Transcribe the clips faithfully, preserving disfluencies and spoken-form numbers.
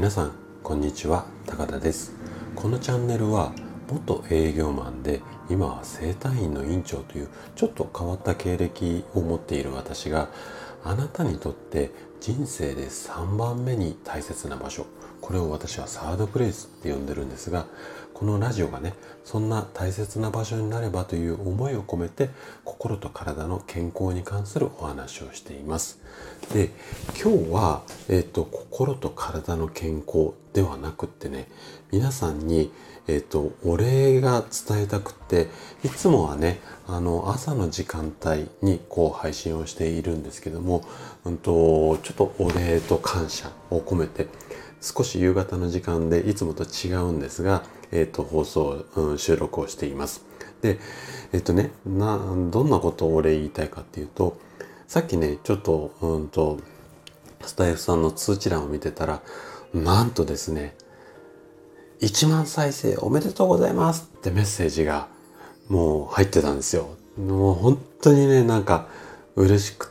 皆さんこんにちは、高田です。このチャンネルは元営業マンで今は整体院の院長というちょっと変わった経歴を持っている私が、あなたにとって人生でさんばんめに大切な場所、これを私はサードプレイスって呼んでるんですが、このラジオがね、そんな大切な場所になればという思いを込めて、心と体の健康に関するお話をしています。で、今日は、えっと、心と体の健康ではなくってね、皆さんに、えっと、お礼が伝えたくって、いつもはね、あの、朝の時間帯にこう配信をしているんですけども、うんと、ちょっとお礼と感謝を込めて、少し夕方の時間でいつもと違うんですが、えっと、放送、うん、収録をしています。で、えっとね、な、どんなことをお礼言いたいかっていうと、さっきね、ちょっと、うんと、スタイフさんの通知欄を見てたら、なんとですね、いちまん再生おめでとうございますってメッセージがもう入ってたんですよ。もう本当にね、なんか嬉しくって、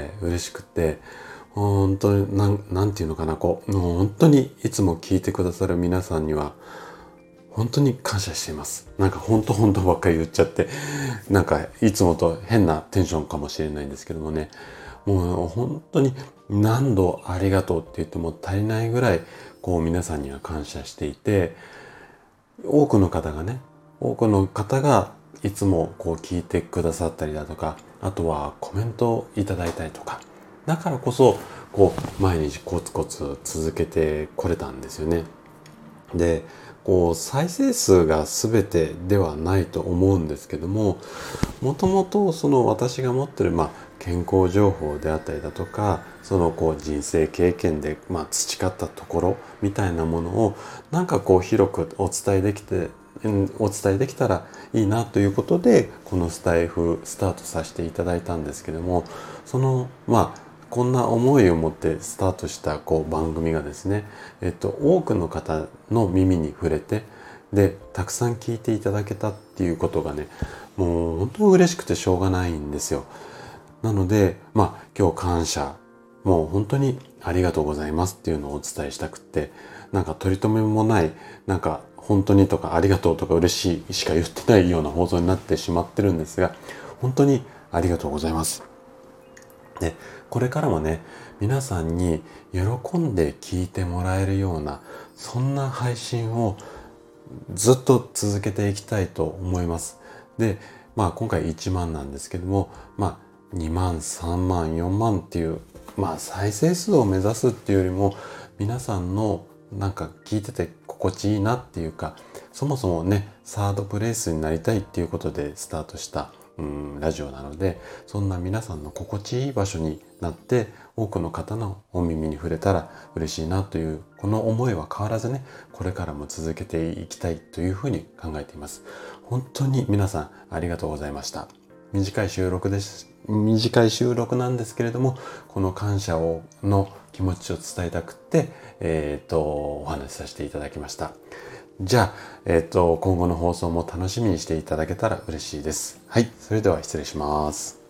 嬉しくって、本当になん、なんていうのかな、こう、もう本当にいつも聞いてくださる皆さんには、本当に感謝しています。なんか本当本当ばっかり言っちゃって、なんかいつもと変なテンションかもしれないんですけどもね、もう本当に何度ありがとうって言っても足りないぐらい、こう皆さんには感謝していて、多くの方がね、多くの方がいつもこう聞いてくださったりだとか、あとはコメントをいただいたりとか、だからこそ、こう毎日コツコツ続けてこれたんですよね。で、こう再生数が全てではないと思うんですけども、もともとその私が持ってる、まあ、健康情報であったりだとか、そのこう人生経験で、まあ、培ったところみたいなものをなんかこう広くお伝えできて、うん、お伝えできたらいいなということで、このスタイフスタートさせていただいたんですけども、そのまあこんな思いを持ってスタートしたこう番組がですね、えっと、多くの方の耳に触れて、で、たくさん聞いていただけたっていうことがね、もう本当に嬉しくてしょうがないんですよ。なので、まあ今日感謝、もう本当にありがとうございますっていうのをお伝えしたくって、なんか取り留めもない、なんか本当にとかありがとうとか嬉しいしか言ってないような放送になってしまってるんですが、本当にありがとうございます。で、これからもね、皆さんに喜んで聞いてもらえるような、そんな配信をずっと続けていきたいと思います。で、まあ今回いちまんなんですけども、まあにまん、さんまん、よんまんっていう、まあ再生数を目指すっていうよりも、皆さんのなんか聞いてて心地いいなっていうか、そもそもね、サードプレイスになりたいっていうことでスタートしたうん、ラジオなので、そんな皆さんの心地いい場所になって、多くの方のお耳に触れたら嬉しいなという、この思いは変わらずね、これからも続けていきたいというふうに考えています。本当に皆さんありがとうございました。短い収録です。短い収録なんですけれども、この感謝をの気持ちを伝えたくって、えっと、お話しさせていただきました。じゃあ、えっと、今後の放送も楽しみにしていただけたら嬉しいです。はい、それでは失礼します。